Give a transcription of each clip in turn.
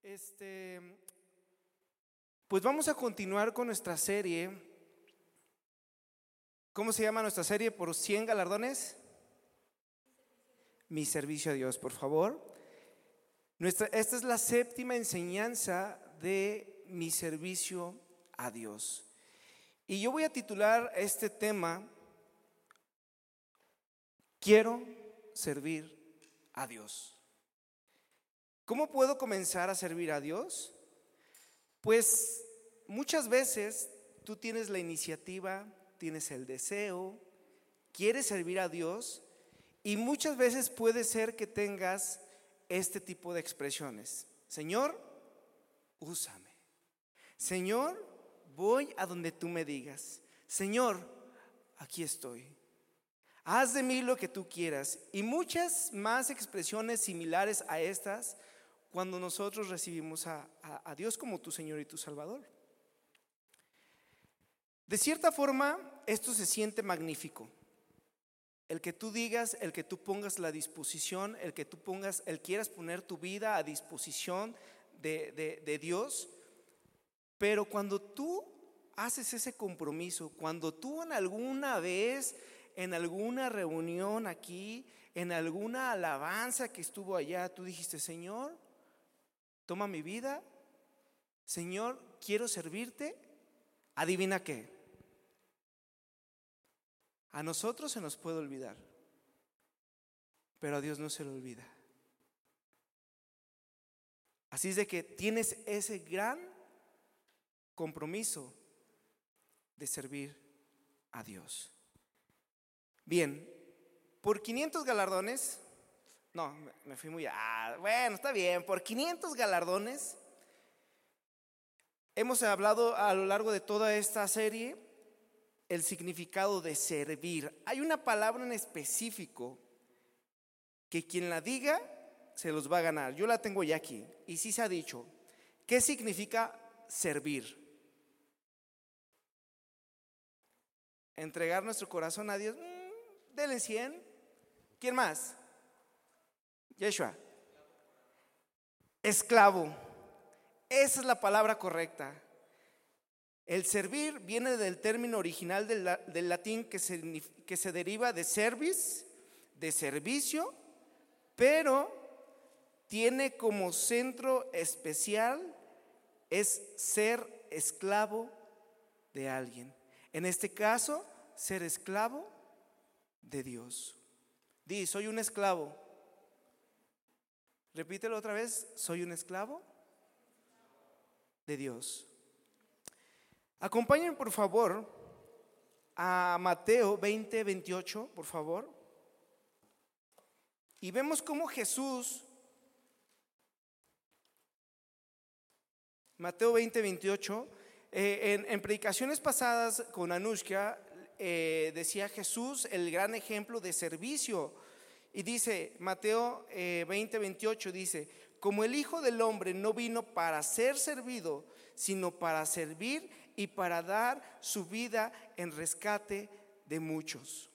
Este, pues vamos a continuar con nuestra serie. ¿Cómo se llama nuestra serie? ¿Por 100 galardones? Mi servicio a Dios, por favor. Esta es la séptima enseñanza de mi servicio a Dios. Y yo voy a titular este tema: Quiero servir a Dios. ¿Cómo puedo comenzar a servir a Dios? Pues muchas veces tú tienes la iniciativa, tienes el deseo, quieres servir a Dios, y muchas veces puede ser que tengas este tipo de expresiones: Señor, úsame. Señor, voy a donde tú me digas. Señor, aquí estoy. Haz de mí lo que tú quieras. Y muchas más expresiones similares a estas cuando nosotros recibimos a Dios como tu Señor y tu Salvador. De cierta forma, esto se siente magnífico. El que tú digas, el que tú pongas la disposición, el que tú quieras poner tu vida a disposición de Dios. Pero cuando tú haces ese compromiso, cuando tú en alguna vez, en alguna reunión aquí, en alguna alabanza que estuvo allá, tú dijiste: Señor, toma mi vida, Señor, quiero servirte. Adivina qué, a nosotros se nos puede olvidar, pero a Dios no se le olvida. Así es de que tienes ese gran compromiso de servir a Dios. Bien, por 500 galardones, no, me fui muy, bueno, está bien, por 500 galardones hemos hablado a lo largo de toda esta serie el significado de servir. Hay una palabra en específico que quien la diga se los va a ganar. Yo la tengo ya aquí y sí se ha dicho. ¿Qué significa servir? Entregar nuestro corazón a Dios. Denle 100. ¿Quién más? Yeshua. Esclavo. Esa es la palabra correcta. El servir viene del término original del latín que se deriva de servis, de servicio, pero tiene como centro especial es ser esclavo de alguien. En este caso, ser esclavo de Dios. Di: soy un esclavo. Repítelo otra vez: soy un esclavo de Dios. Acompáñenme por favor a Mateo 20:28, por favor. Y vemos cómo Jesús, Mateo 20:28, en predicaciones pasadas con Anushka, decía Jesús el gran ejemplo de servicio. Y dice Mateo 20:28, dice: como el Hijo del Hombre no vino para ser servido, sino para servir y para dar su vida en rescate de muchos.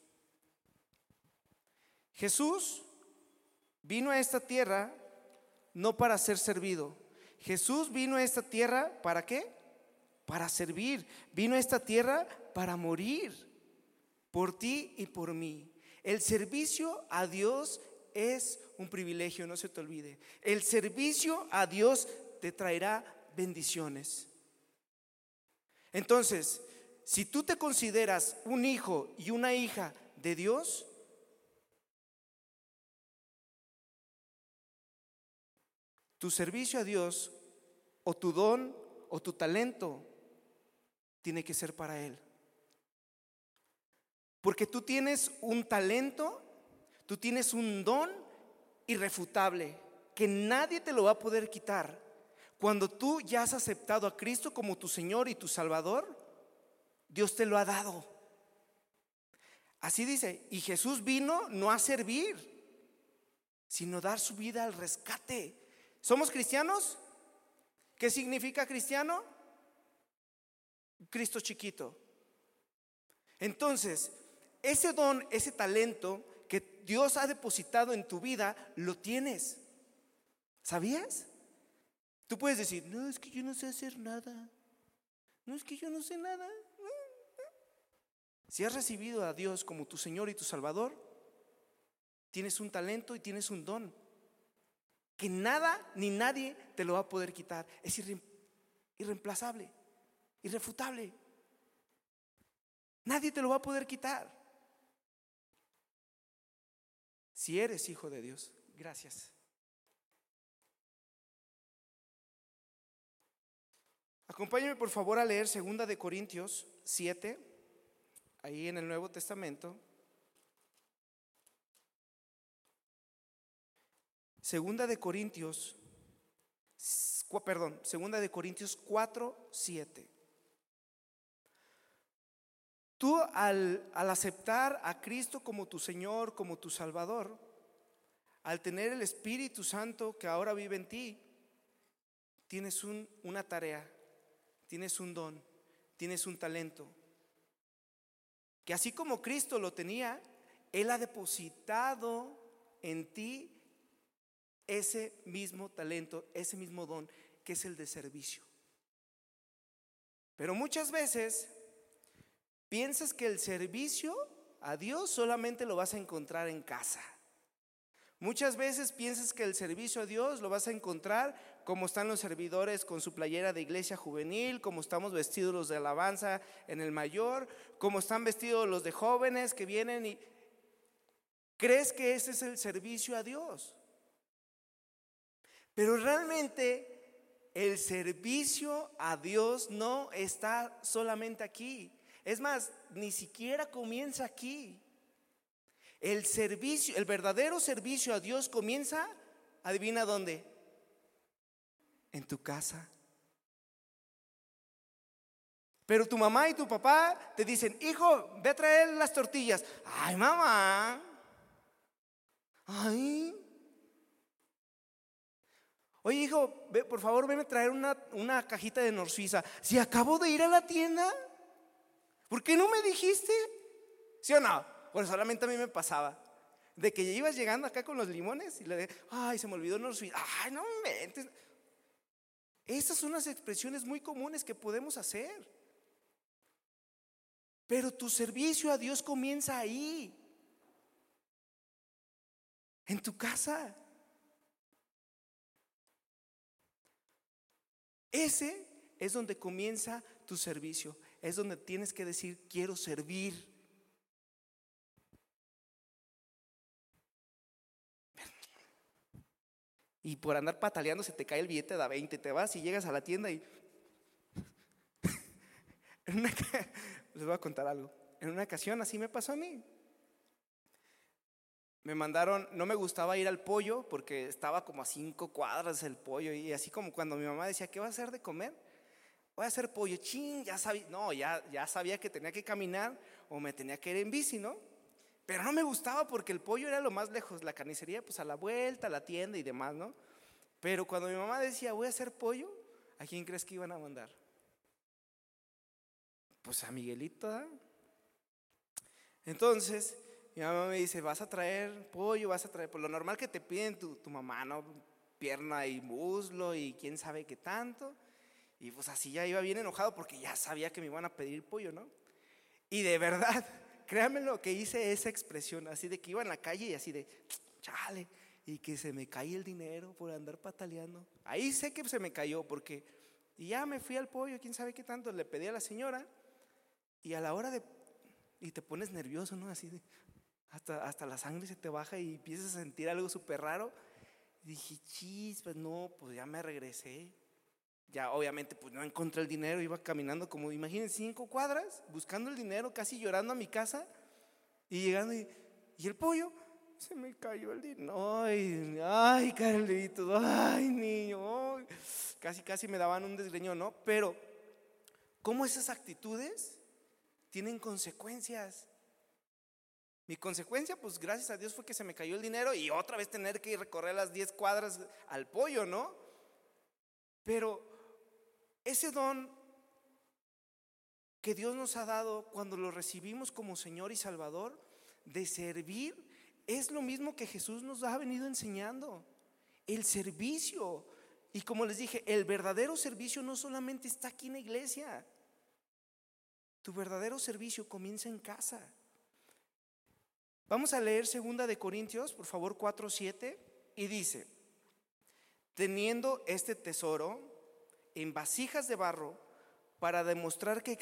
Jesús vino a esta tierra no para ser servido. Jesús vino a esta tierra ¿para qué? Para servir. Vino a esta tierra para morir por ti y por mí. El servicio a Dios es un privilegio, no se te olvide. El servicio a Dios te traerá bendiciones. Entonces, si tú te consideras un hijo y una hija de Dios, tu servicio a Dios, o tu don, o tu talento, tiene que ser para Él. Porque tú tienes un talento, tú tienes un don irrefutable que nadie te lo va a poder quitar. Cuando tú ya has aceptado a Cristo como tu Señor y tu Salvador, Dios te lo ha dado. Así dice, y Jesús vino no a servir, sino dar su vida al rescate. ¿Somos cristianos? ¿Qué significa cristiano? Cristo chiquito. Entonces, ese don, ese talento que Dios ha depositado en tu vida, lo tienes. ¿Sabías? Tú puedes decir, no, es que yo no sé hacer nada. No, es que yo no sé nada. Si has recibido a Dios como tu Señor y tu Salvador, tienes un talento y tienes un don que nada ni nadie te lo va a poder quitar. Es irreemplazable, irrefutable. Nadie te lo va a poder quitar. Si eres hijo de Dios. Gracias. Acompáñame por favor a leer 2 de Corintios 7, ahí en el Nuevo Testamento. 2 de Corintios 4, 7. Tú al aceptar a Cristo como tu Señor, como tu Salvador, al tener el Espíritu Santo que ahora vive en ti, tienes una tarea, tienes un don, tienes un talento, que así como Cristo lo tenía, Él ha depositado en ti ese mismo talento, ese mismo don, que es el de servicio. Pero muchas veces piensas que el servicio a Dios solamente lo vas a encontrar en casa. Muchas veces piensas que el servicio a Dios lo vas a encontrar como están los servidores con su playera de iglesia juvenil, como estamos vestidos los de alabanza en el mayor, como están vestidos los de jóvenes que vienen y crees que ese es el servicio a Dios. Pero realmente el servicio a Dios no está solamente aquí. Es más, ni siquiera comienza aquí. El servicio, el verdadero servicio a Dios comienza, adivina dónde, en tu casa. Pero tu mamá y tu papá te dicen, hijo, ve a traer las tortillas. Ay, mamá. Ay. Oye, hijo, ve, por favor, ven a traer una cajita de Nor Suiza. Si acabo de ir a la tienda, ¿por qué no me dijiste? ¿Sí o no? Bueno, solamente a mí me pasaba. De que ya ibas llegando acá con los limones y le de, ay, se me olvidó Nor Suiza. Ay, no me inventes. Esas son las expresiones muy comunes que podemos hacer. Pero tu servicio a Dios comienza ahí, en tu casa. Ese es donde comienza tu servicio. Es donde tienes que decir, quiero servir. Y por andar pataleando se te cae el billete de a 20. Te vas y llegas a la tienda y les voy a contar algo. En una ocasión así me pasó a mí. Me mandaron, no me gustaba ir al pollo porque estaba como a 5 cuadras el pollo. Y así como cuando mi mamá decía, ¿qué vas a hacer de comer? Voy a hacer pollo. Chin, ya sabía, no, ya sabía que tenía que caminar o me tenía que ir en bici, ¿no? Pero no me gustaba porque el pollo era lo más lejos, la carnicería pues a la vuelta, la tienda y demás, ¿no? Pero cuando mi mamá decía, voy a hacer pollo, ¿a quién crees que iban a mandar? Pues a Miguelito, ¿eh? Entonces mi mamá me dice, vas a traer pollo, vas a traer, por lo normal que te piden tu mamá, ¿no? Pierna y muslo y quién sabe qué tanto. Y pues así ya iba bien enojado porque ya sabía que me iban a pedir pollo, ¿no? Y de verdad, créanme lo que hice esa expresión, así de que iba en la calle y así de, chale, y que se me cae el dinero por andar pataleando. Ahí sé que se me cayó porque, y ya me fui al pollo, quién sabe qué tanto, le pedí a la señora y a la hora de, y te pones nervioso, ¿no? Así de, hasta la sangre se te baja y empiezas a sentir algo súper raro. Y dije, chis, pues no, pues ya me regresé. Ya obviamente pues no encontré el dinero, iba caminando como, imagínense, 5 cuadras, buscando el dinero, casi llorando a mi casa. Y llegando y el pollo, se me cayó el dinero. Ay, Carlito, ay, niño. Ay. Casi me daban un desgreño, ¿no? Pero, ¿cómo esas actitudes tienen consecuencias? Mi consecuencia, pues gracias a Dios, fue que se me cayó el dinero y otra vez tener que recorrer las 10 cuadras al pollo, ¿no? Pero ese don que Dios nos ha dado cuando lo recibimos como Señor y Salvador, de servir, es lo mismo que Jesús nos ha venido enseñando. El servicio. Y como les dije, el verdadero servicio no solamente está aquí en la iglesia. Tu verdadero servicio comienza en casa. Vamos a leer 2 por favor, 4:7, y dice: teniendo este tesoro en vasijas de barro, para demostrar que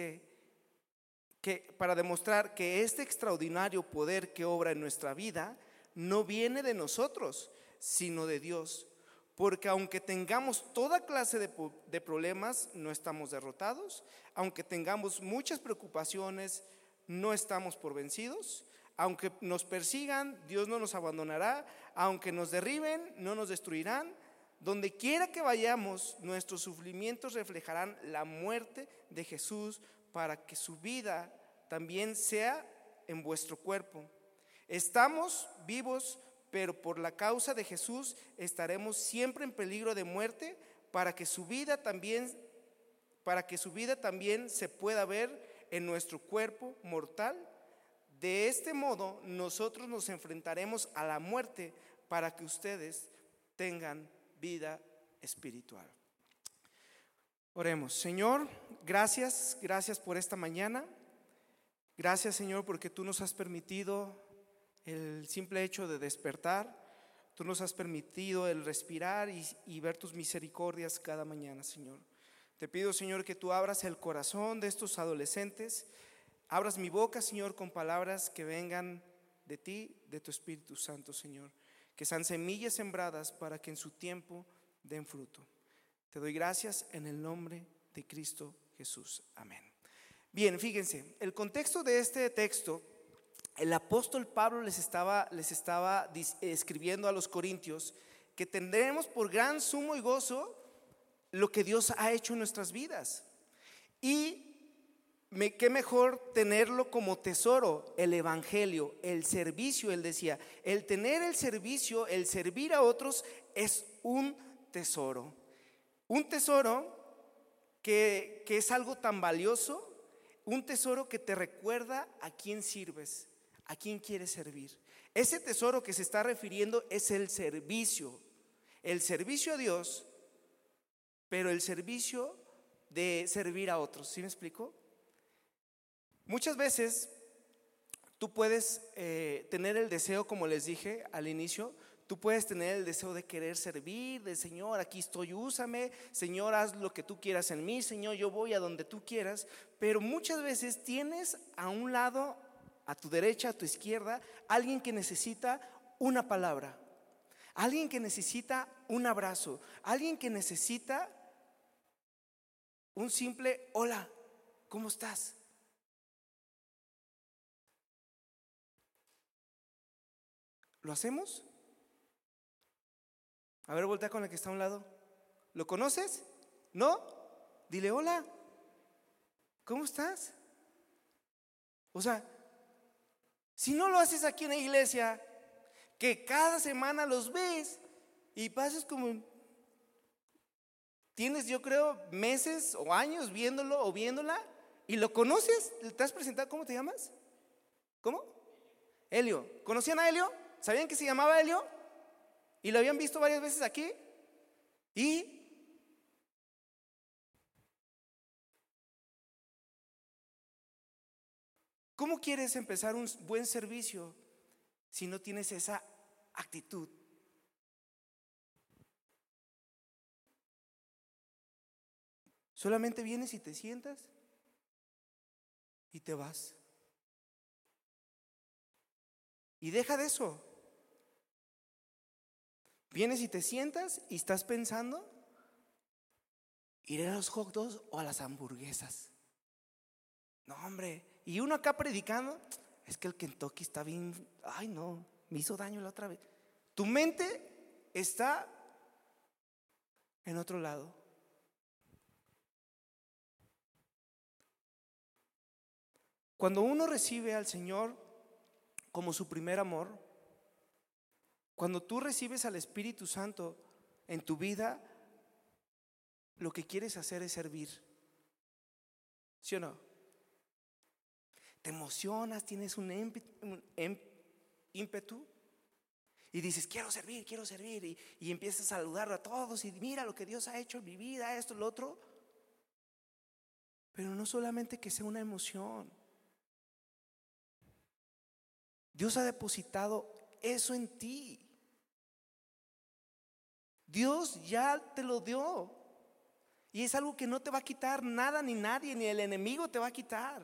este extraordinario poder que obra en nuestra vida no viene de nosotros, sino de Dios. Porque aunque tengamos toda clase de problemas, no estamos derrotados. Aunque tengamos muchas preocupaciones, no estamos por vencidos. Aunque nos persigan, Dios no nos abandonará. Aunque nos derriben, no nos destruirán. Donde quiera que vayamos, nuestros sufrimientos reflejarán la muerte de Jesús, para que su vida también sea en vuestro cuerpo. Estamos vivos, pero por la causa de Jesús estaremos siempre en peligro de muerte, para que su vida también se pueda ver en nuestro cuerpo mortal. De este modo nosotros nos enfrentaremos a la muerte, para que ustedes tengan vida espiritual. Oremos. Señor, gracias por esta mañana. Gracias, Señor, porque tú nos has permitido el simple hecho de despertar. Tú nos has permitido el respirar y ver tus misericordias cada mañana, Señor. Te pido, Señor, que tú abras el corazón de estos adolescentes. Abras mi boca, Señor, con palabras que vengan de ti, de tu Espíritu Santo, Señor. Que sean semillas sembradas para que en su tiempo den fruto. Te doy gracias en el nombre de Cristo Jesús. Amén. Bien, fíjense, el contexto de este texto, el apóstol Pablo les estaba escribiendo a los corintios que tendremos por gran sumo y gozo lo que Dios ha hecho en nuestras vidas. Y qué mejor tenerlo como tesoro, el evangelio, el servicio. Él decía, el tener el servicio, el servir a otros es un tesoro. Un tesoro que es algo tan valioso, un tesoro que te recuerda a quién sirves, a quién quieres servir. Ese tesoro que se está refiriendo es el servicio a Dios, pero el servicio de servir a otros. ¿Sí me explico? Muchas veces tú puedes tener el deseo, como les dije al inicio, tú puedes tener el deseo de querer servir, de Señor, aquí estoy, úsame, Señor, haz lo que tú quieras en mí, Señor, yo voy a donde tú quieras. Pero muchas veces tienes a un lado, a tu derecha, a tu izquierda, alguien que necesita una palabra, alguien que necesita un abrazo, alguien que necesita un simple hola, ¿cómo estás? ¿Lo hacemos? A ver, voltea con el que está a un lado. ¿Lo conoces? ¿No? Dile hola, ¿cómo estás? O sea, si no lo haces aquí en la iglesia, que cada semana los ves y pasas como, tienes yo creo meses o años viéndolo o viéndola y lo conoces, ¿te has presentado? ¿Cómo te llamas? ¿Cómo? Helio. ¿Conocían a Helio? ¿Sabían que se llamaba Helio? ¿Y lo habían visto varias veces aquí? ¿Y? ¿Cómo quieres empezar un buen servicio si no tienes esa actitud? Solamente vienes y te sientas y te vas. Y deja de eso. Vienes y te sientas y estás pensando iré a los hot dogs o a las hamburguesas. No, hombre. Y uno acá predicando, es que el Kentucky está bien. Ay, no, me hizo daño la otra vez. Tu mente está en otro lado. Cuando uno recibe al Señor como su primer amor, cuando tú recibes al Espíritu Santo en tu vida, lo que quieres hacer es servir. ¿Sí o no? Te emocionas, tienes un ímpetu Y dices, quiero servir. Y empiezas a saludar a todos y mira lo que Dios ha hecho en mi vida, esto, lo otro. Pero no solamente que sea una emoción. Dios ha depositado eso en ti. Dios ya te lo dio. Y es algo que no te va a quitar nada ni nadie, ni el enemigo te va a quitar.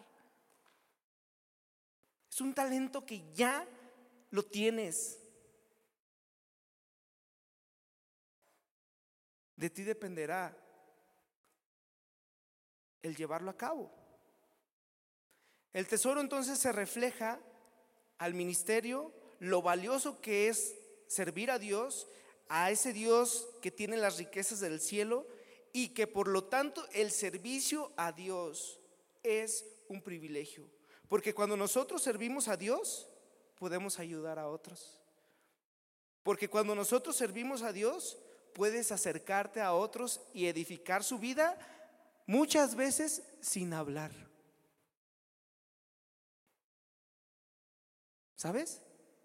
Es un talento que ya lo tienes. De ti dependerá el llevarlo a cabo. El tesoro entonces se refleja al ministerio, lo valioso que es servir a Dios, a ese Dios que tiene las riquezas del cielo, y que por lo tanto el servicio a Dios es un privilegio. Porque cuando nosotros servimos a Dios, podemos ayudar a otros. Porque cuando nosotros servimos a Dios, puedes acercarte a otros y edificar su vida, muchas veces sin hablar. ¿Sabes?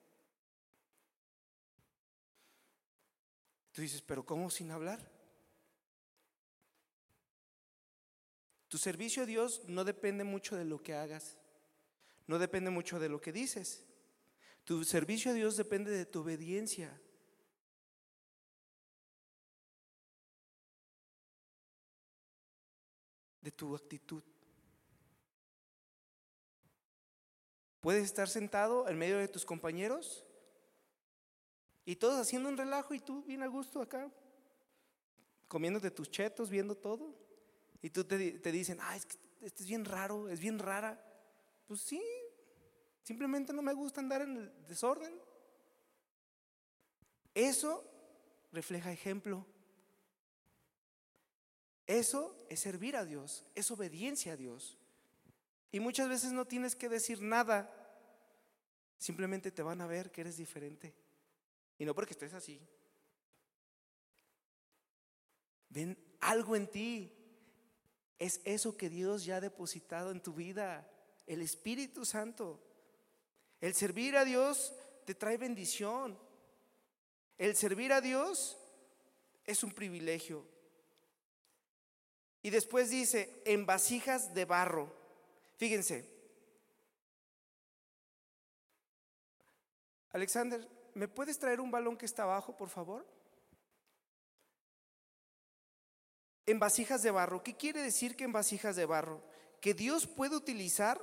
Tú dices, pero ¿cómo sin hablar? Tu servicio a Dios no depende mucho de lo que hagas, no depende mucho de lo que dices. Tu servicio a Dios depende de tu obediencia. De tu actitud. Puedes estar sentado en medio de tus compañeros y todos haciendo un relajo y tú bien a gusto acá, comiéndote tus chetos, viendo todo. Y tú te dicen, es que esto es bien raro, es bien rara. Pues sí, simplemente no me gusta andar en el desorden. Eso refleja ejemplo. Eso es servir a Dios, es obediencia a Dios. Y muchas veces no tienes que decir nada, simplemente te van a ver que eres diferente. Y no porque estés así. Ven algo en ti. Es eso que Dios ya ha depositado en tu vida, el Espíritu Santo. El servir a Dios te trae bendición. El servir a Dios es un privilegio. Y después dice, en vasijas de barro. Fíjense. Alexander, ¿me puedes traer un balón que está abajo, por favor? En vasijas de barro. ¿Qué quiere decir que en vasijas de barro? Que Dios puede utilizar,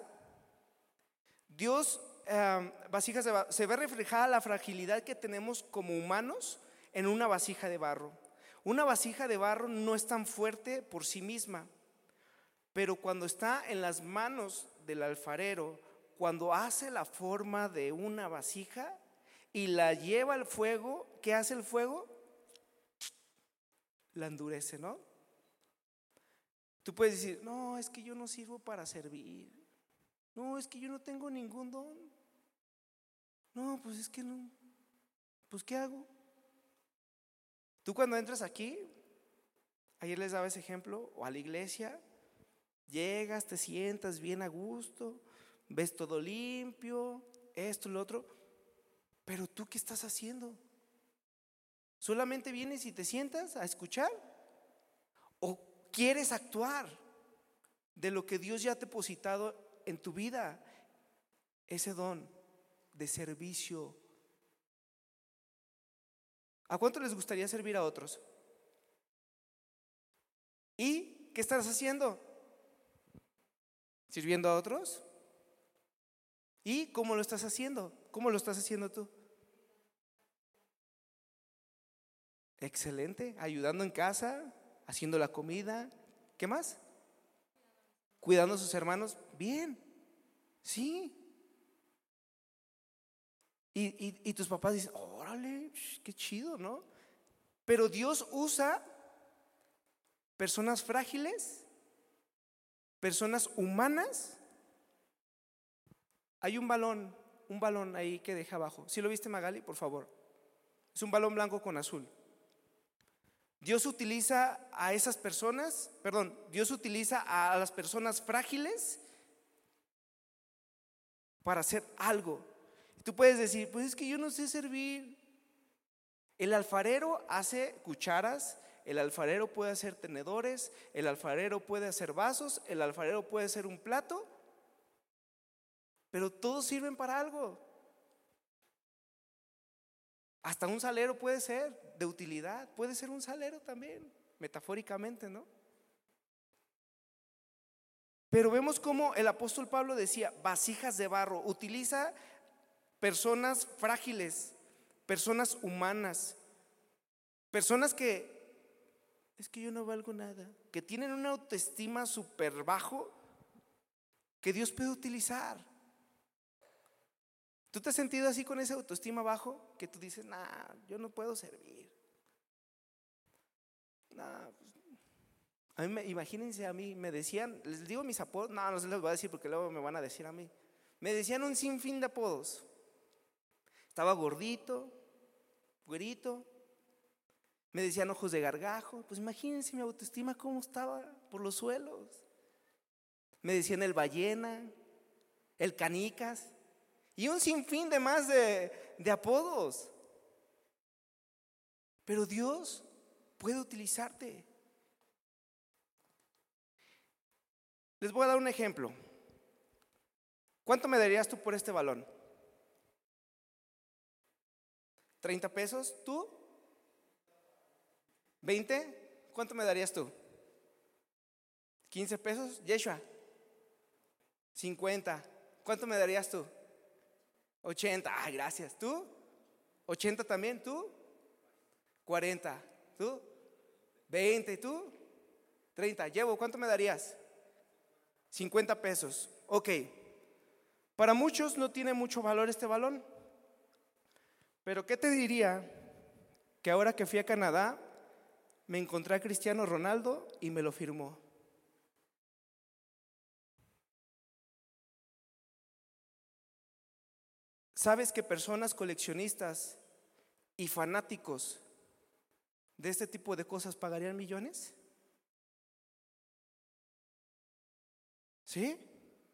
vasijas de barro, se ve reflejada la fragilidad que tenemos como humanos en una vasija de barro. Una vasija de barro no es tan fuerte por sí misma, pero cuando está en las manos del alfarero, cuando hace la forma de una vasija y la lleva al fuego, ¿qué hace el fuego? La endurece, ¿no? Tú puedes decir, no, es que yo no sirvo para servir. No, es que yo no tengo ningún don. No, pues es que no. Pues ¿qué hago? Tú cuando entras aquí, ayer les daba ese ejemplo, o a la iglesia, llegas, te sientas bien a gusto, ves todo limpio, esto, lo otro, pero ¿tú qué estás haciendo? ¿Solamente vienes y te sientas a escuchar? ¿O quieres actuar de lo que Dios ya ha depositado en tu vida? Ese don de servicio. ¿A cuánto les gustaría servir a otros? ¿Y qué estás haciendo? ¿Sirviendo a otros? ¿Y cómo lo estás haciendo? ¿Cómo lo estás haciendo tú? Excelente, ayudando en casa, haciendo la comida. ¿Qué más? Cuidando a sus hermanos. Bien, sí. Y tus papás dicen, órale, qué chido, ¿no? Pero Dios usa personas frágiles, personas humanas. Hay un balón ahí que deja abajo. ¿Sí lo viste, Magali? Por favor. Es un balón blanco con azul. Dios utiliza a esas personas, Dios utiliza a las personas frágiles para hacer algo. Tú puedes decir, pues es que yo no sé servir. El alfarero hace cucharas, el alfarero puede hacer tenedores, el alfarero puede hacer vasos, el alfarero puede hacer un plato, pero todos sirven para algo. Hasta un salero puede ser de utilidad, puede ser un salero también, metafóricamente, ¿no? Pero vemos cómo el apóstol Pablo decía, vasijas de barro, utiliza personas frágiles, personas humanas, personas que, es que yo no valgo nada, que tienen una autoestima súper bajo, que Dios puede utilizar. ¿Tú te has sentido así con esa autoestima bajo? Que tú dices, nah, yo no puedo servir. Nah, pues, imagínense a mí, me decían, les digo mis apodos, no se los voy a decir porque luego me van a decir a mí. Me decían un sinfín de apodos. Estaba gordito, güerito, me decían ojos de gargajo. Pues imagínense mi autoestima cómo estaba por los suelos. Me decían el ballena, el canicas y un sinfín de más de apodos. Pero Dios puede utilizarte. Les voy a dar un ejemplo. ¿Cuánto me darías tú por este balón? ¿30 pesos? ¿Tú? ¿20? ¿Cuánto me darías tú? ¿15 pesos? Yeshua. 50. ¿Cuánto me darías tú? 80. Ay, gracias. ¿Tú? 80 también. ¿Tú? 40. ¿Tú? 20. ¿Tú? 30. Llevo. ¿Cuánto me darías? 50 pesos. Ok. Para muchos no tiene mucho valor este balón. Pero ¿qué te diría que ahora que fui a Canadá me encontré a Cristiano Ronaldo y me lo firmó? ¿Sabes que personas coleccionistas y fanáticos de este tipo de cosas pagarían millones? ¿Sí?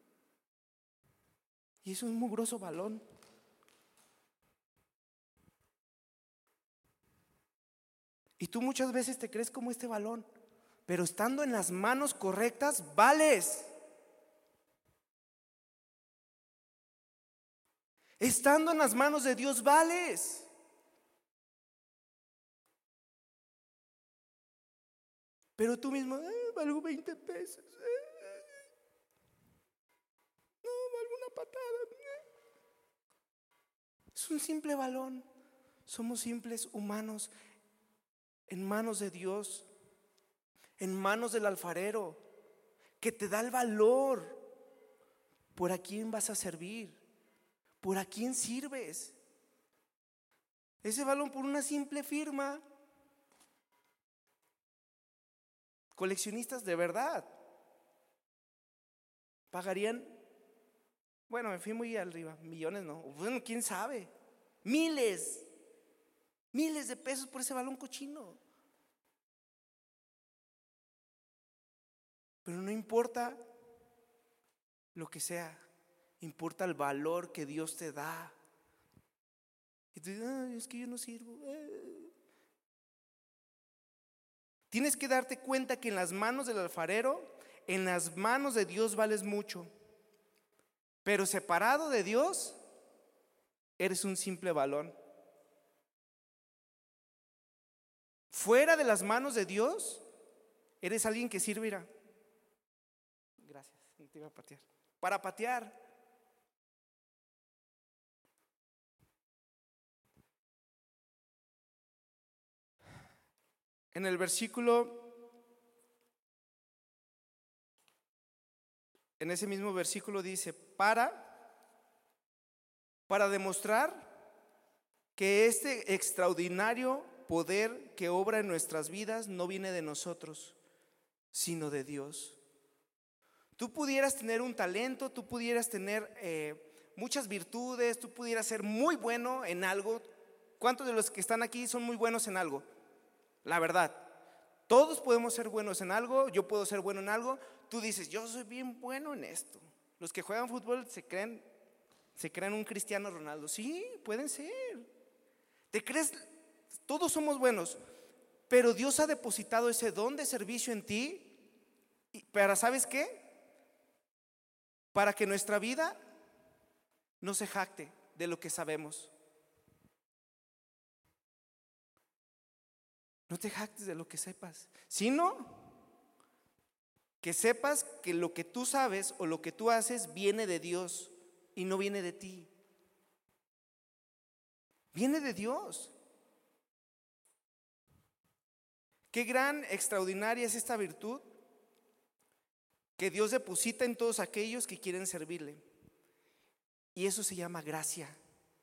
Y es un mugroso balón. Y tú muchas veces te crees como este balón, pero estando en las manos correctas, vales. Estando en las manos de Dios, vales. Pero tú mismo, valgo 20 pesos. No, valgo una patada. Es un simple balón. Somos simples humanos en manos de Dios, en manos del alfarero, que te da el valor por a quién vas a servir, por a quién sirves. Ese balón por una simple firma. Coleccionistas de verdad pagarían, bueno, me fui muy arriba, millones no, bueno, quién sabe, miles de pesos por ese balón cochino. Pero no importa lo que sea, importa el valor que Dios te da. Y tú dices, es que yo no sirvo. Tienes que darte cuenta que en las manos del alfarero, en las manos de Dios vales mucho. Pero separado de Dios, eres un simple balón. Fuera de las manos de Dios, eres alguien que sirve. Gracias, no te iba a patear. Para patear. En el versículo, en ese mismo versículo dice, para demostrar que este extraordinario poder que obra en nuestras vidas no viene de nosotros, sino de Dios. Tú pudieras tener un talento, tú pudieras tener muchas virtudes, tú pudieras ser muy bueno en algo. ¿Cuántos de los que están aquí son muy buenos en algo? La verdad, todos podemos ser buenos en algo. Yo puedo ser bueno en algo. Tú dices, yo soy bien bueno en esto. Los que juegan fútbol se creen un Cristiano Ronaldo. Sí, pueden ser. ¿Te crees Todos somos buenos, pero Dios ha depositado ese don de servicio en ti para, ¿sabes qué? Para que nuestra vida no se jacte de lo que sabemos. No te jactes de lo que sepas, sino que sepas que lo que tú sabes o lo que tú haces viene de Dios y no viene de ti. Viene de Dios. Qué gran, extraordinaria es esta virtud que Dios deposita en todos aquellos que quieren servirle. Y eso se llama gracia.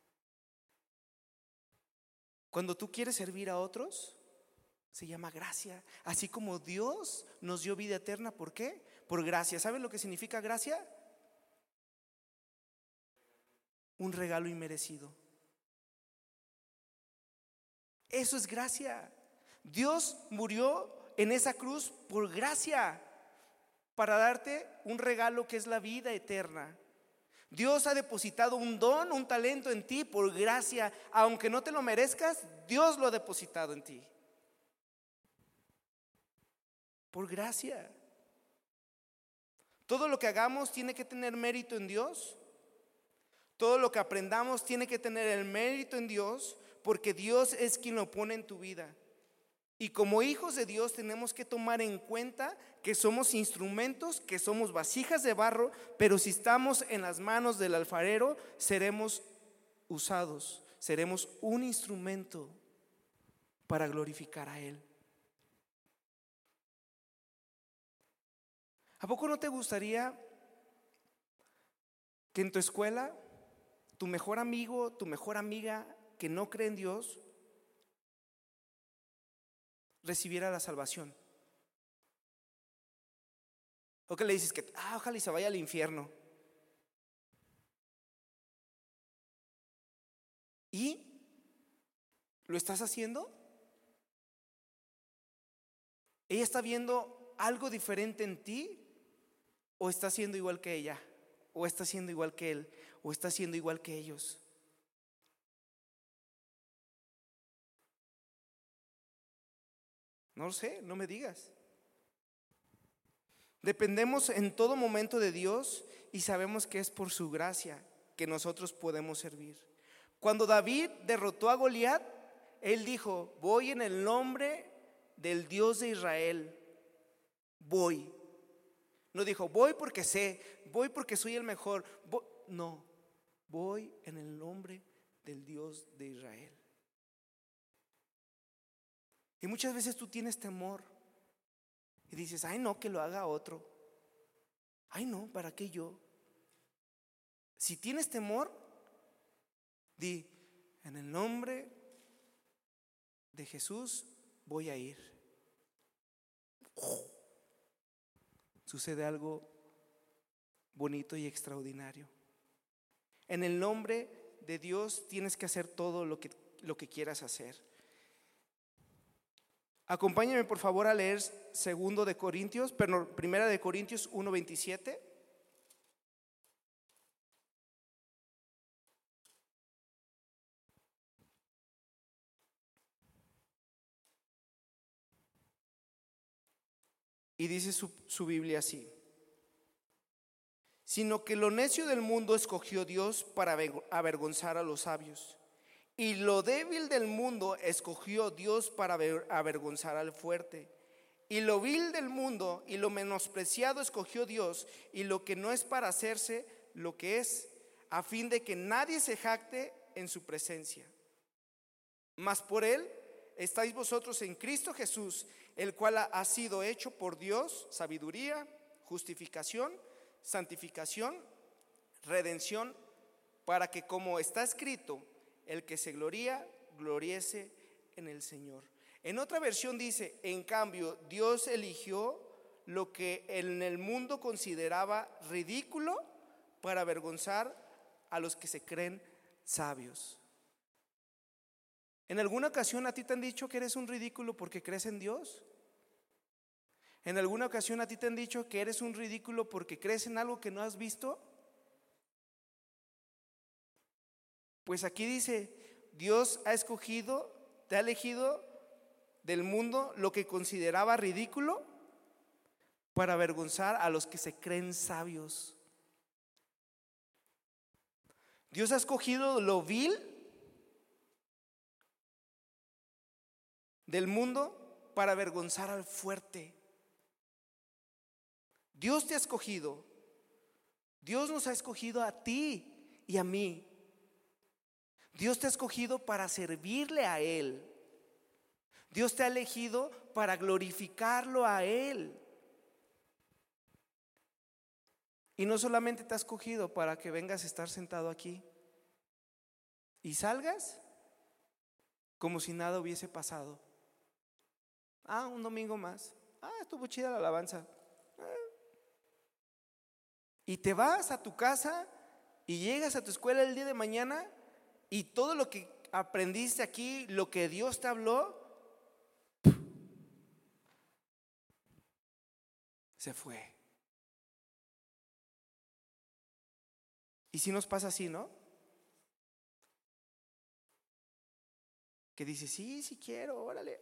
Cuando tú quieres servir a otros, se llama gracia. Así como Dios nos dio vida eterna, ¿por qué? Por gracia. ¿Saben lo que significa gracia? Un regalo inmerecido. Eso es gracia. Dios murió en esa cruz por gracia, para darte un regalo que es la vida eterna. Dios ha depositado un don, un talento en ti por gracia. Aunque no te lo merezcas, Dios lo ha depositado en ti. Por gracia. Todo lo que hagamos tiene que tener mérito en Dios. Todo lo que aprendamos tiene que tener el mérito en Dios, porque Dios es quien lo pone en tu vida. Y como hijos de Dios tenemos que tomar en cuenta que somos instrumentos, que somos vasijas de barro, pero si estamos en las manos del alfarero, seremos usados, seremos un instrumento para glorificar a Él. ¿A poco no te gustaría que en tu escuela tu mejor amigo, tu mejor amiga que no cree en Dios recibiera la salvación? ¿O que le dices que ojalá y se vaya al infierno? ¿Y lo estás haciendo? ¿Ella está viendo algo diferente en ti? ¿O está siendo igual que ella? ¿O está siendo igual que él? ¿O está siendo igual que ellos? No lo sé, no me digas. Dependemos en todo momento de Dios y sabemos que es por su gracia que nosotros podemos servir. Cuando David derrotó a Goliat, él dijo: voy en el nombre del Dios de Israel. Voy. No dijo voy porque sé, voy porque soy el mejor. No, voy en el nombre del Dios de Israel. Y muchas veces tú tienes temor y dices: ay no, que lo haga otro. Ay no, ¿para qué yo? Si tienes temor, di: en el nombre de Jesús voy a ir. Sucede algo bonito y extraordinario. En el nombre de Dios tienes que hacer todo lo que quieras hacer. Acompáñame por favor a leer 1 de Corintios 1:27. Y dice su Biblia así: sino que lo necio del mundo escogió Dios para avergonzar a los sabios, y lo débil del mundo escogió Dios para avergonzar al fuerte, y lo vil del mundo y lo menospreciado escogió Dios, y lo que no es para hacerse lo que es, a fin de que nadie se jacte en su presencia. Mas por él estáis vosotros en Cristo Jesús, el cual ha sido hecho por Dios sabiduría, justificación, santificación, redención, para que, como está escrito, el que se gloría, gloriese en el Señor. En otra versión dice: en cambio, Dios eligió lo que en el mundo consideraba ridículo para avergonzar a los que se creen sabios. ¿En alguna ocasión a ti te han dicho que eres un ridículo porque crees en Dios? ¿En alguna ocasión a ti te han dicho que eres un ridículo porque crees en algo que no has visto? Pues aquí dice: Dios ha escogido te ha elegido del mundo lo que consideraba ridículo para avergonzar a los que se creen sabios. Dios ha escogido lo vil del mundo para avergonzar al fuerte. Dios te ha escogido. Dios nos ha escogido a ti y a mí. Dios te ha escogido para servirle a Él. Dios te ha elegido para glorificarlo a Él. Y no solamente te ha escogido para que vengas a estar sentado aquí y salgas como si nada hubiese pasado. Un domingo más. Estuvo chida la alabanza. Y te vas a tu casa y llegas a tu escuela el día de mañana y todo lo que aprendiste aquí, lo que Dios te habló, se fue. Y si nos pasa así, ¿no? Que dices, sí quiero, órale.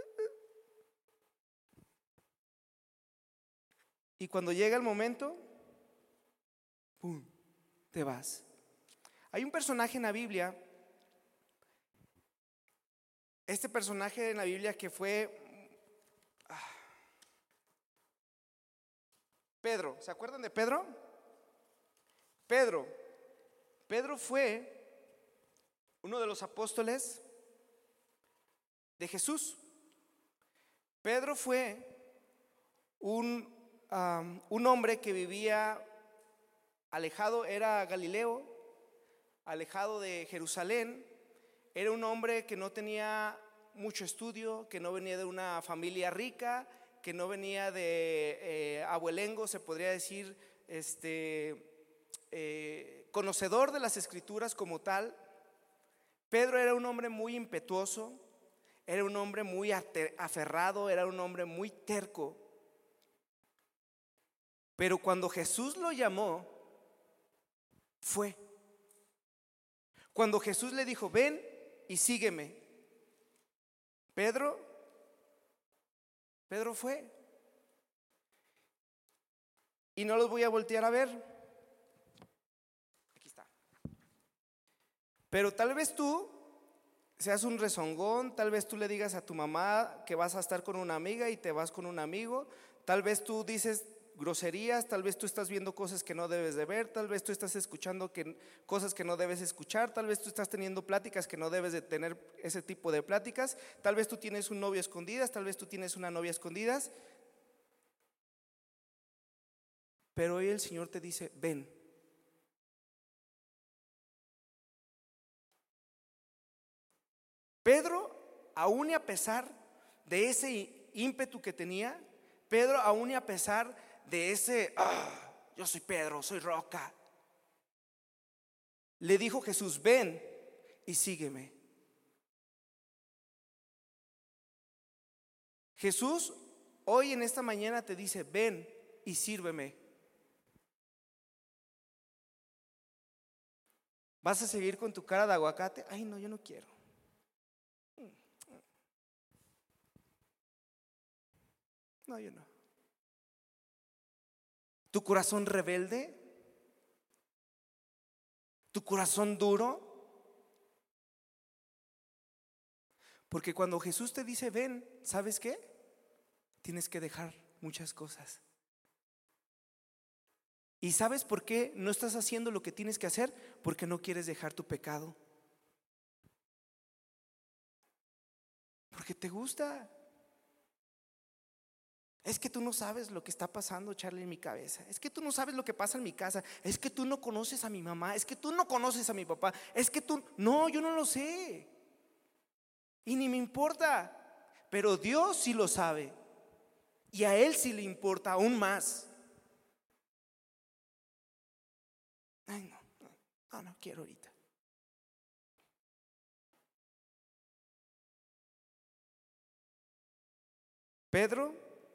Y cuando llega el momento, ¡pum!, te vas. Hay un personaje en la Biblia, este personaje en la Biblia que fue Pedro. ¿Se acuerdan de Pedro? Pedro fue uno de los apóstoles de Jesús. Pedro fue un hombre que vivía alejado, era Galileo, alejado de Jerusalén. Era un hombre que no tenía mucho estudio, que no venía de una familia rica, que no venía de abuelengo, se podría decir, conocedor de las escrituras como tal. Pedro era un hombre muy impetuoso, era un hombre muy aferrado, era un hombre muy terco. Pero cuando Jesús lo llamó, fue. Cuando Jesús le dijo, ven y sígueme, Pedro fue. Y no los voy a voltear a ver. Aquí está. Pero tal vez tú seas un rezongón, tal vez tú le digas a tu mamá que vas a estar con una amiga y te vas con un amigo, tal vez tú dices groserías, tal vez tú estás viendo cosas que no debes de ver, tal vez tú estás escuchando cosas que no debes escuchar, tal vez tú estás teniendo pláticas que no debes de tener ese tipo de pláticas, tal vez tú tienes un novio a escondidas, tal vez tú tienes una novia a escondidas. Pero hoy el Señor te dice, ven. Pedro, aún y a pesar de ese ímpetu que tenía, Pedro, aún y a pesar de ese, yo soy Pedro, soy roca, le dijo Jesús, ven y sígueme. Jesús hoy en esta mañana te dice, ven y sírveme. ¿Vas a seguir con tu cara de aguacate? Ay, no, yo no quiero. No, yo no. ¿Tu corazón rebelde? ¿Tu corazón duro? Porque cuando Jesús te dice ven, ¿sabes qué? Tienes que dejar muchas cosas. ¿Y sabes por qué no estás haciendo lo que tienes que hacer? Porque no quieres dejar tu pecado. Porque te gusta. Es que tú no sabes lo que está pasando, Charlie, en mi cabeza. Es que tú no sabes lo que pasa en mi casa. Es que tú no conoces a mi mamá. Es que tú no conoces a mi papá. Es que tú, no, yo no lo sé. Y ni me importa. Pero Dios sí lo sabe. Y a Él sí le importa aún más. Ay, no quiero ahorita. Pedro,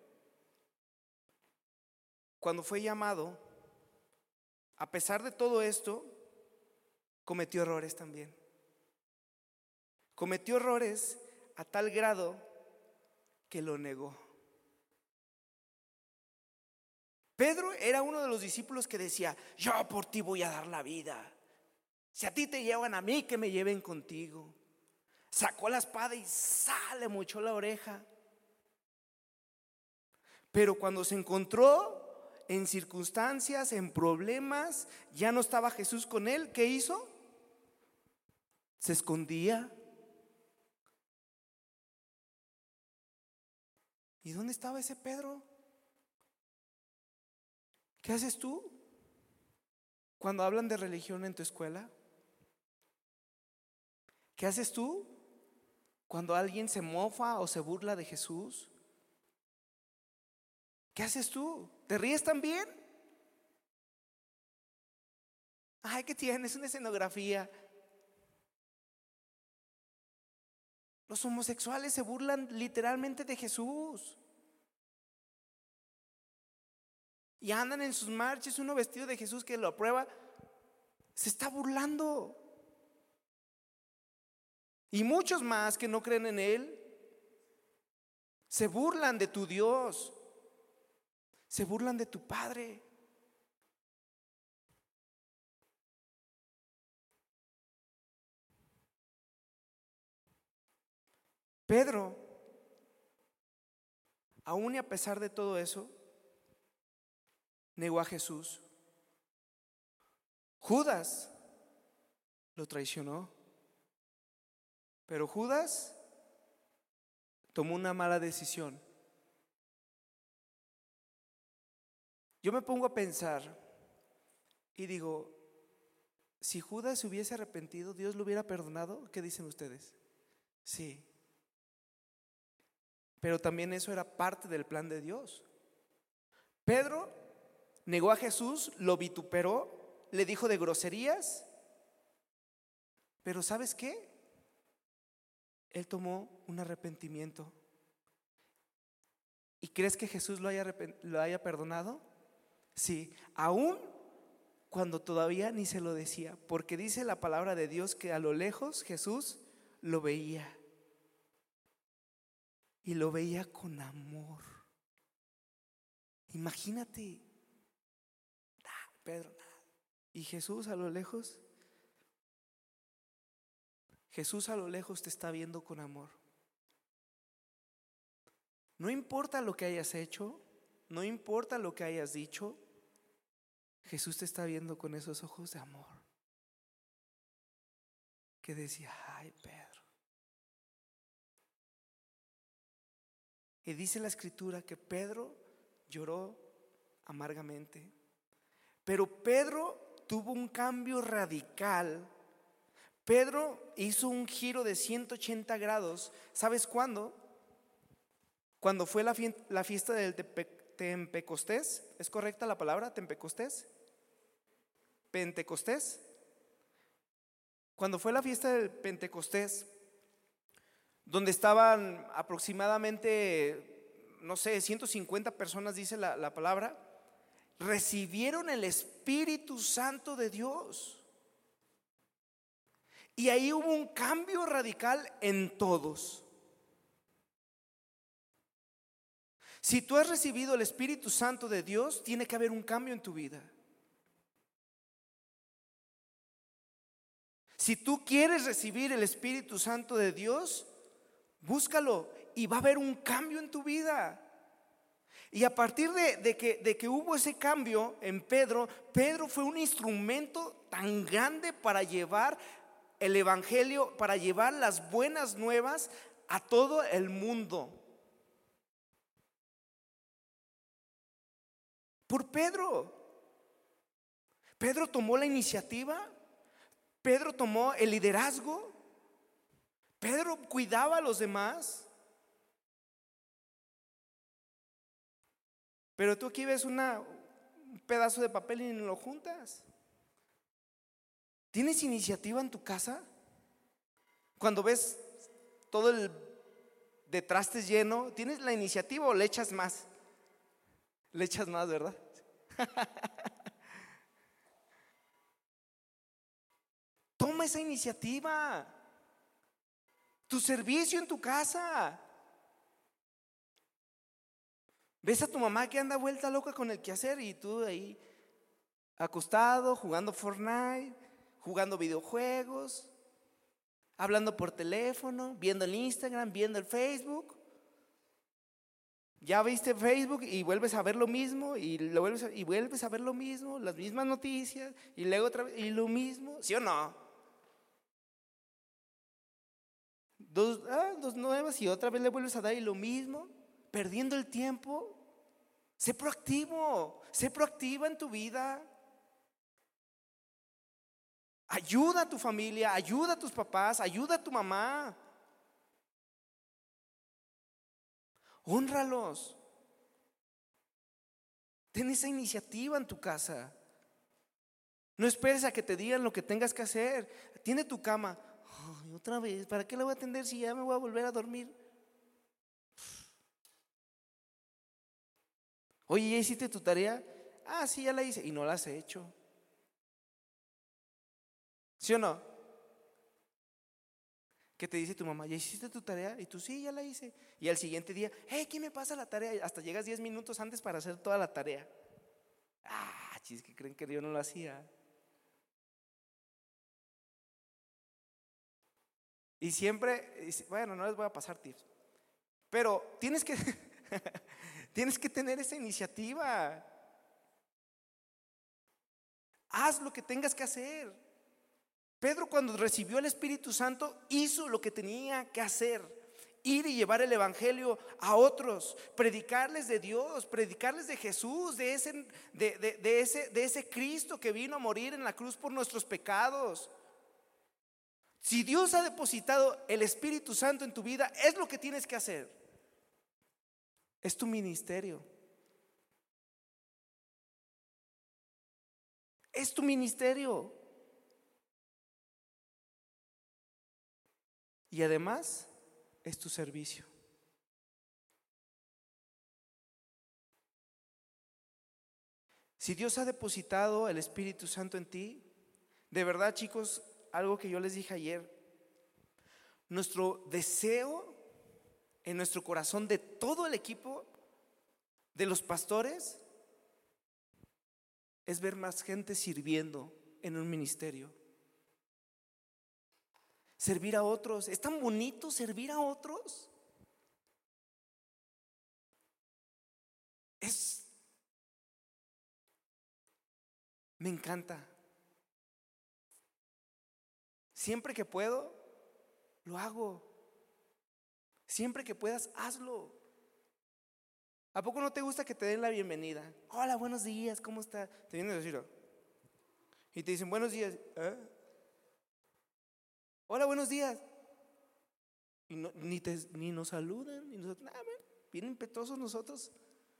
cuando fue llamado, a pesar de todo esto, cometió errores también. Cometió errores a tal grado que lo negó. Pedro era uno de los discípulos que decía: yo por ti voy a dar la vida. Si a ti te llevan, a mí que me lleven contigo. Sacó la espada y le mochó la oreja. Pero cuando se encontró en circunstancias, en problemas, ya no estaba Jesús con él, ¿qué hizo? Se escondía. ¿Y dónde estaba ese Pedro? ¿Qué haces tú cuando hablan de religión en tu escuela? ¿Qué haces tú cuando alguien se mofa o se burla de Jesús? ¿Qué haces tú? ¿Te ríes también? Ay, ¿qué tienes? Una escenografía. Los homosexuales se burlan literalmente de Jesús. Y andan en sus marchas, uno vestido de Jesús que lo aprueba, se está burlando. Y muchos más que no creen en Él se burlan de tu Dios, se burlan de tu Padre. Pedro, aún y a pesar de todo eso, negó a Jesús. Judas lo traicionó, pero Judas tomó una mala decisión. Yo me pongo a pensar y digo, si Judas se hubiese arrepentido, ¿Dios lo hubiera perdonado? ¿Qué dicen ustedes? Sí. Pero también eso era parte del plan de Dios. Pedro negó a Jesús, lo vituperó, le dijo de groserías, pero ¿sabes qué? Él tomó un arrepentimiento. ¿Y crees que Jesús lo haya perdonado? Sí, aún cuando todavía ni se lo decía, porque dice la palabra de Dios que a lo lejos Jesús lo veía. Y lo veía con amor. Imagínate, Pedro, y Jesús a lo lejos. Jesús a lo lejos te está viendo con amor. No importa lo que hayas hecho, no importa lo que hayas dicho, Jesús te está viendo con esos ojos de amor. Que decía: ay, Pedro. Y dice la escritura que Pedro lloró amargamente. Pero Pedro tuvo un cambio radical. Pedro hizo un giro de 180 grados. ¿Sabes cuándo? Cuando fue la fiesta del Pentecostés. ¿Es correcta la palabra? ¿Pentecostés? Pentecostés. Cuando fue la fiesta del Pentecostés, donde estaban aproximadamente, no sé, 150 personas, dice la palabra, recibieron el Espíritu Santo de Dios. Y ahí hubo un cambio radical en todos. Si tú has recibido el Espíritu Santo de Dios, tiene que haber un cambio en tu vida. Si tú quieres recibir el Espíritu Santo de Dios, búscalo y va a haber un cambio en tu vida. Y a partir de que hubo ese cambio en Pedro, Pedro fue un instrumento tan grande para llevar el evangelio, para llevar las buenas nuevas a todo el mundo. Por Pedro. Pedro tomó la iniciativa, Pedro tomó el liderazgo, Pedro cuidaba a los demás. Pero tú aquí ves un pedazo de papel y no lo juntas. ¿Tienes iniciativa en tu casa? Cuando ves todo el de trastes lleno, ¿tienes la iniciativa o le echas más? Le echas más, ¿verdad? Toma esa iniciativa. Tu servicio en tu casa. Ves a tu mamá que anda vuelta loca con el quehacer y tú ahí acostado, jugando Fortnite, jugando videojuegos, hablando por teléfono, viendo el Instagram, viendo el Facebook. Ya viste Facebook y vuelves a ver lo mismo y vuelves a ver lo mismo, las mismas noticias y luego otra vez y lo mismo, ¿sí o no? Dos nuevas y otra vez le vuelves a dar y lo mismo, perdiendo el tiempo. Sé proactivo, sé proactiva en tu vida. Ayuda a tu familia, ayuda a tus papás, ayuda a tu mamá. Hónralos. Ten esa iniciativa en tu casa. No esperes a que te digan lo que tengas que hacer. Tiene tu cama. Ay, otra vez, ¿para qué la voy a atender si ya me voy a volver a dormir? Oye, ¿ya hiciste tu tarea? Ah, sí, ya la hice. Y no la has hecho. ¿Sí o no? ¿Qué te dice tu mamá? ¿Ya hiciste tu tarea? Y tú, sí, ya la hice. Y al siguiente día, hey, ¿quién me pasa la tarea? Hasta llegas 10 minutos antes para hacer toda la tarea. Ah, chis, que creen que yo no lo hacía. Y siempre, bueno, no les voy a pasar tips, pero tienes que tienes que tener esa iniciativa. Haz lo que tengas que hacer. Pedro, cuando recibió el Espíritu Santo, hizo lo que tenía que hacer: ir y llevar el evangelio a otros, predicarles de Dios, predicarles de Jesús, de ese Cristo que vino a morir en la cruz por nuestros pecados. Si Dios ha depositado el Espíritu Santo en tu vida, es lo que tienes que hacer. Es tu ministerio. Es tu ministerio. Y además es tu servicio. Si Dios ha depositado el Espíritu Santo en ti, de verdad, chicos, algo que yo les dije ayer, nuestro deseo en nuestro corazón, de todo el equipo, de los pastores, es ver más gente sirviendo en un ministerio. Servir a otros. Es tan bonito servir a otros. Me encanta. Siempre que puedo, lo hago. Siempre que puedas, hazlo. ¿A poco no te gusta que te den la bienvenida? Hola, buenos días, ¿cómo está? Te vienen a decir, y te dicen buenos días. Hola, buenos días. Y no, ni nos saludan, ni nosotros, bien impetuosos nosotros.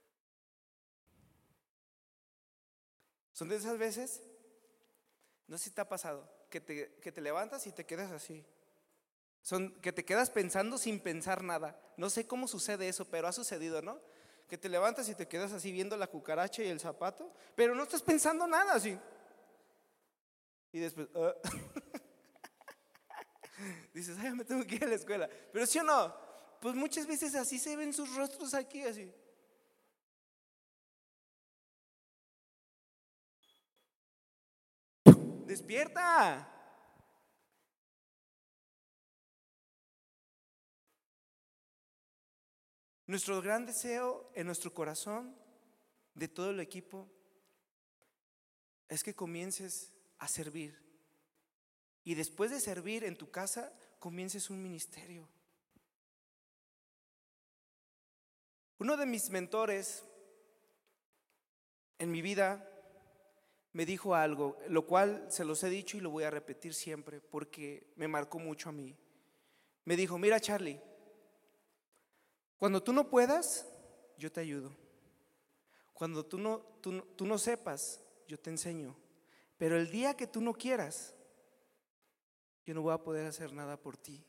Son de esas veces, no sé si te ha pasado, que te levantas y te quedas así. Que te quedas pensando sin pensar nada. No sé cómo sucede eso, pero ha sucedido, ¿no? Que te levantas y te quedas así viendo la cucaracha y el zapato, pero no estás pensando nada así. Y después dices, ay, me tengo que ir a la escuela. Pero sí o no, pues muchas veces así se ven sus rostros aquí, así. Despierta. Nuestro gran deseo en nuestro corazón, de todo el equipo, es que comiences a servir. Y después de servir en tu casa, comiences un ministerio. Uno de mis mentores en mi vida me dijo algo, lo cual se los he dicho y lo voy a repetir siempre porque me marcó mucho a mí. Me dijo, mira, Charlie, cuando tú no puedas, yo te ayudo. Cuando tú no sepas, yo te enseño. Pero el día que tú no quieras, yo no voy a poder hacer nada por ti.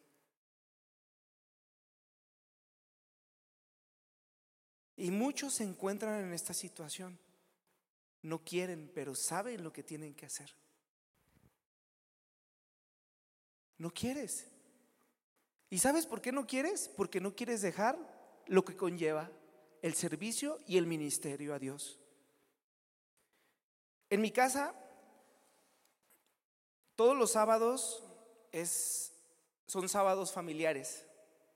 Y muchos se encuentran en esta situación. No quieren, pero saben lo que tienen que hacer. No quieres. ¿Y sabes por qué no quieres? Porque no quieres dejar lo que conlleva el servicio y el ministerio a Dios. En mi casa, todos los sábados son sábados familiares.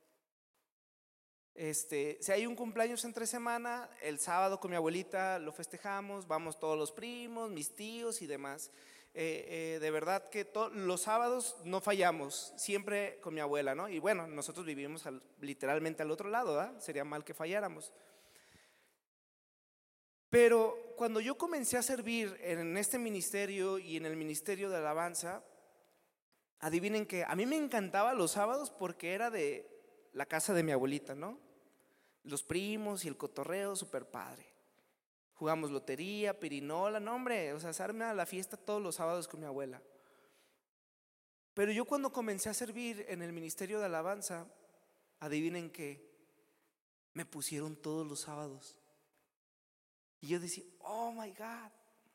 Si hay un cumpleaños entre semana, el sábado con mi abuelita lo festejamos, vamos todos los primos, mis tíos y demás. De verdad que los sábados no fallamos, siempre con mi abuela, ¿no? Y bueno, nosotros vivimos literalmente al otro lado, ¿verdad? Sería mal que falláramos. Pero cuando yo comencé a servir en este ministerio y en el ministerio de alabanza, adivinen que a mí me encantaba los sábados porque era de la casa de mi abuelita, ¿no? Los primos y el cotorreo, súper padre. Jugamos lotería, pirinola, no hombre, o sea, se arma la fiesta todos los sábados con mi abuela. Pero yo cuando comencé a servir en el ministerio de alabanza, adivinen que me pusieron todos los sábados. Y yo decía, oh my God.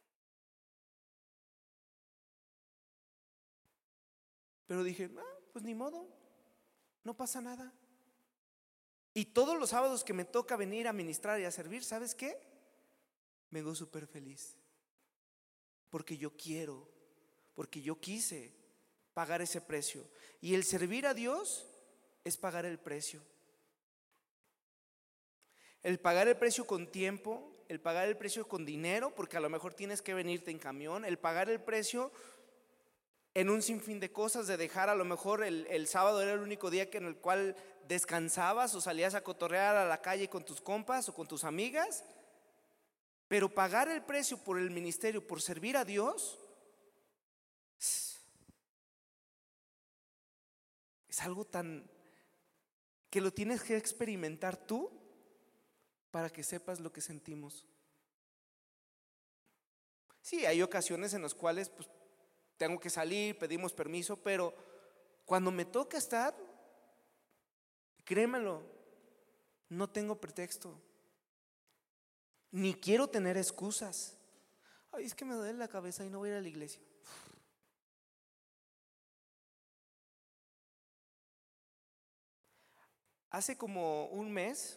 Pero dije, pues ni modo, no pasa nada. Y todos los sábados que me toca venir a ministrar y a servir, ¿sabes qué? Vengo súper feliz. Porque yo quiero, porque yo quise pagar ese precio. Y el servir a Dios es pagar el precio. El pagar el precio con tiempo, el pagar el precio con dinero, porque a lo mejor tienes que venirte en camión, el pagar el precio en un sinfín de cosas, de dejar a lo mejor el sábado era el único día en el cual descansabas o salías a cotorrear a la calle con tus compas o con tus amigas, pero pagar el precio por el ministerio, por servir a Dios, es algo tan que lo tienes que experimentar tú para que sepas lo que sentimos. Sí, hay ocasiones en las cuales pues, tengo que salir, pedimos permiso, pero cuando me toca estar, créemelo, no tengo pretexto, ni quiero tener excusas. Ay, es que me duele la cabeza y no voy a ir a la iglesia. Hace como un mes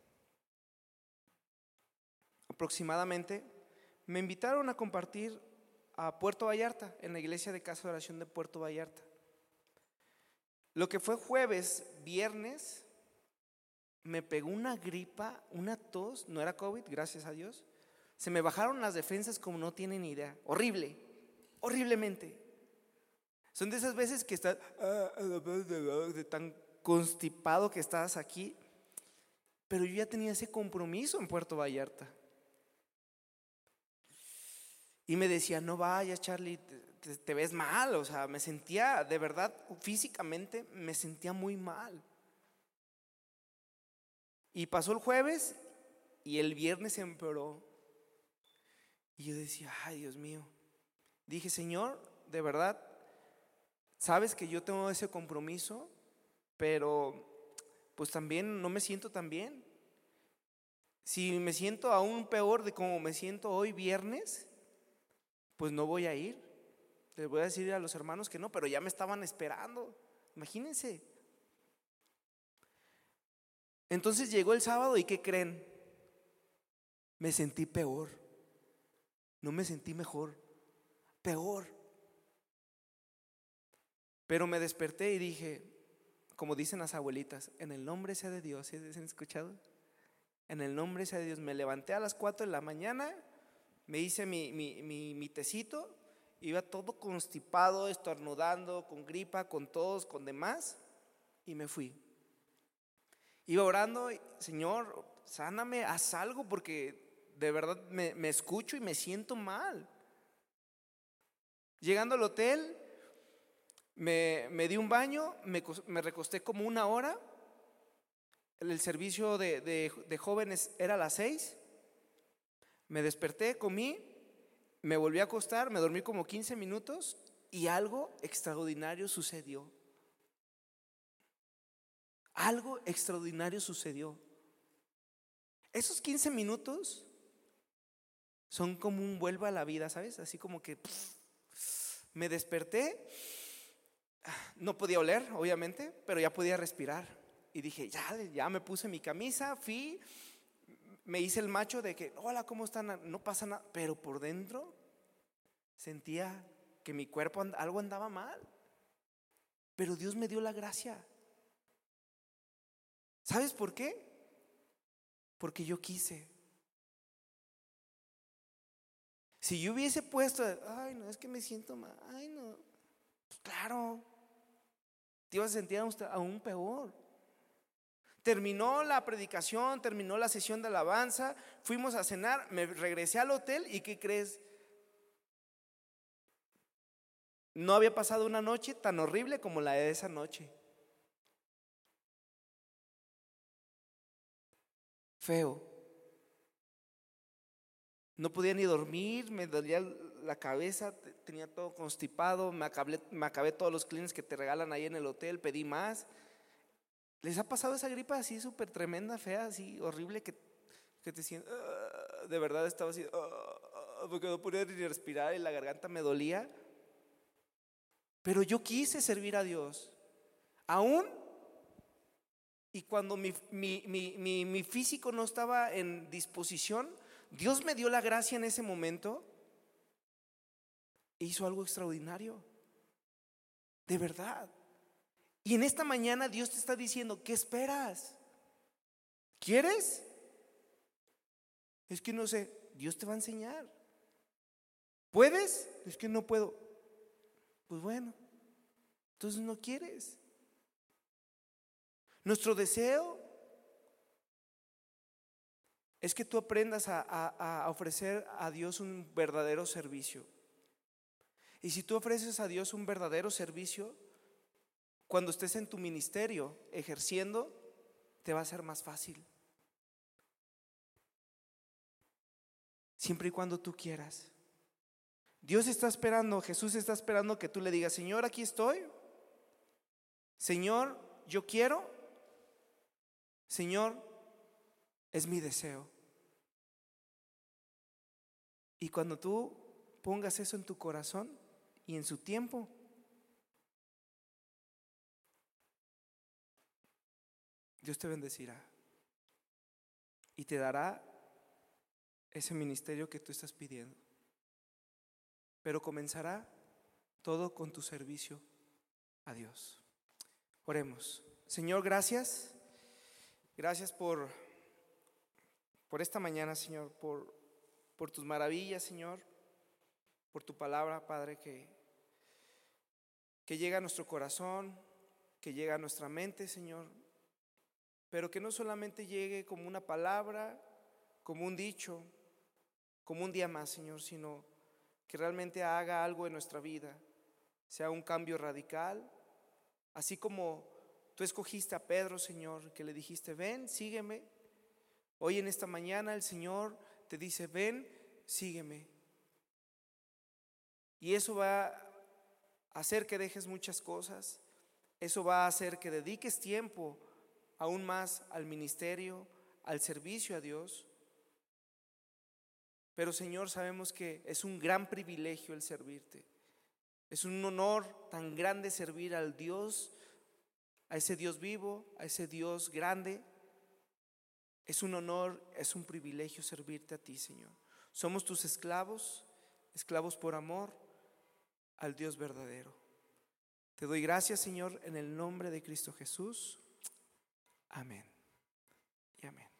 aproximadamente me invitaron a compartir a Puerto Vallarta, en la iglesia de Casa de Oración de Puerto Vallarta. Lo que fue jueves, viernes, me pegó una gripa, una tos, no era COVID, gracias a Dios. Se me bajaron las defensas como no tienen idea, horrible, horriblemente. Son de esas veces que estás tan constipado que estás aquí, pero yo ya tenía ese compromiso en Puerto Vallarta. Y me decía, no vayas, Charlie, te ves mal. O sea, me sentía, de verdad, físicamente me sentía muy mal. Y pasó el jueves y el viernes se empeoró. Y yo decía, ay, Dios mío. Dije, Señor, de verdad, sabes que yo tengo ese compromiso, pero pues también no me siento tan bien. Si me siento aún peor de como me siento hoy viernes, pues no voy a ir. Les voy a decir a los hermanos que no, pero ya me estaban esperando. Imagínense. Entonces llegó el sábado y ¿qué creen? Me sentí peor. No me sentí mejor, peor. Pero me desperté y dije, como dicen las abuelitas, en el nombre sea de Dios. ¿Sí han escuchado? En el nombre sea de Dios. Me levanté a las 4 de la mañana, me hice mi tecito, iba todo constipado, estornudando, con gripa, con tos, con demás, y me fui. Iba orando, Señor, sáname, haz algo, porque de verdad me escucho y me siento mal. Llegando al hotel, me di un baño, me recosté como una hora. El servicio de jóvenes era a las 6. Me desperté, comí, me volví a acostar, me dormí como 15 minutos y algo extraordinario sucedió. Algo extraordinario sucedió. Esos 15 minutos son como un vuelvo a la vida, ¿sabes? Así como que me desperté, No podía oler, obviamente, pero ya podía respirar. Y dije, ya me puse mi camisa, fui, me hice el macho de que, hola, ¿cómo están? No pasa nada. Pero por dentro sentía que mi cuerpo algo andaba mal. Pero Dios me dio la gracia. ¿Sabes por qué? Porque yo quise. Si yo hubiese puesto, ay, no, es que me siento mal, ay, no, pues claro, te ibas a sentir aún peor. Terminó la predicación, terminó la sesión de alabanza, fuimos a cenar, me regresé al hotel y ¿qué crees? No había pasado una noche tan horrible como la de esa noche. Feo. No podía ni dormir, me dolía la cabeza, tenía todo constipado, me acabé todos los cleans que te regalan ahí en el hotel, pedí más. ¿Les ha pasado esa gripa así súper tremenda, fea, así horrible que te sientes? De verdad estaba así, porque no podía ni respirar y la garganta me dolía. Pero yo quise servir a Dios, aún y cuando mi físico no estaba en disposición, Dios me dio la gracia en ese momento e hizo algo extraordinario, de verdad. Y en esta mañana Dios te está diciendo, ¿qué esperas? ¿Quieres? Es que no sé, Dios te va a enseñar. ¿Puedes? Es que no puedo. Pues bueno, entonces no quieres. Nuestro deseo es que tú aprendas a ofrecer a Dios un verdadero servicio. Y si tú ofreces a Dios un verdadero servicio, cuando estés en tu ministerio ejerciendo, te va a ser más fácil. Siempre y cuando tú quieras. Dios está esperando, Jesús está esperando que tú le digas, Señor, aquí estoy. Señor, yo quiero. Señor, es mi deseo. Y cuando tú pongas eso en tu corazón y en su tiempo, Dios te bendecirá y te dará ese ministerio que tú estás pidiendo. Pero comenzará todo con tu servicio a Dios. Oremos. Señor, gracias. Gracias por esta mañana, Señor, por tus maravillas, Señor, por tu palabra, Padre, que llega a nuestro corazón, que llega a nuestra mente, Señor, pero que no solamente llegue como una palabra, como un dicho, como un día más, Señor, sino que realmente haga algo en nuestra vida, sea un cambio radical, así como tú escogiste a Pedro, Señor, que le dijiste, ven, sígueme. Hoy en esta mañana el Señor te dice, ven, sígueme. Y eso va a hacer que dejes muchas cosas. Eso va a hacer que dediques tiempo aún más al ministerio, al servicio a Dios. Pero Señor, sabemos que es un gran privilegio el servirte. Es un honor tan grande servir al Dios, a ese Dios vivo, a ese Dios grande. Es un honor, es un privilegio servirte a ti, Señor. Somos tus esclavos, esclavos por amor al Dios verdadero. Te doy gracias, Señor, en el nombre de Cristo Jesús. Amén y amén.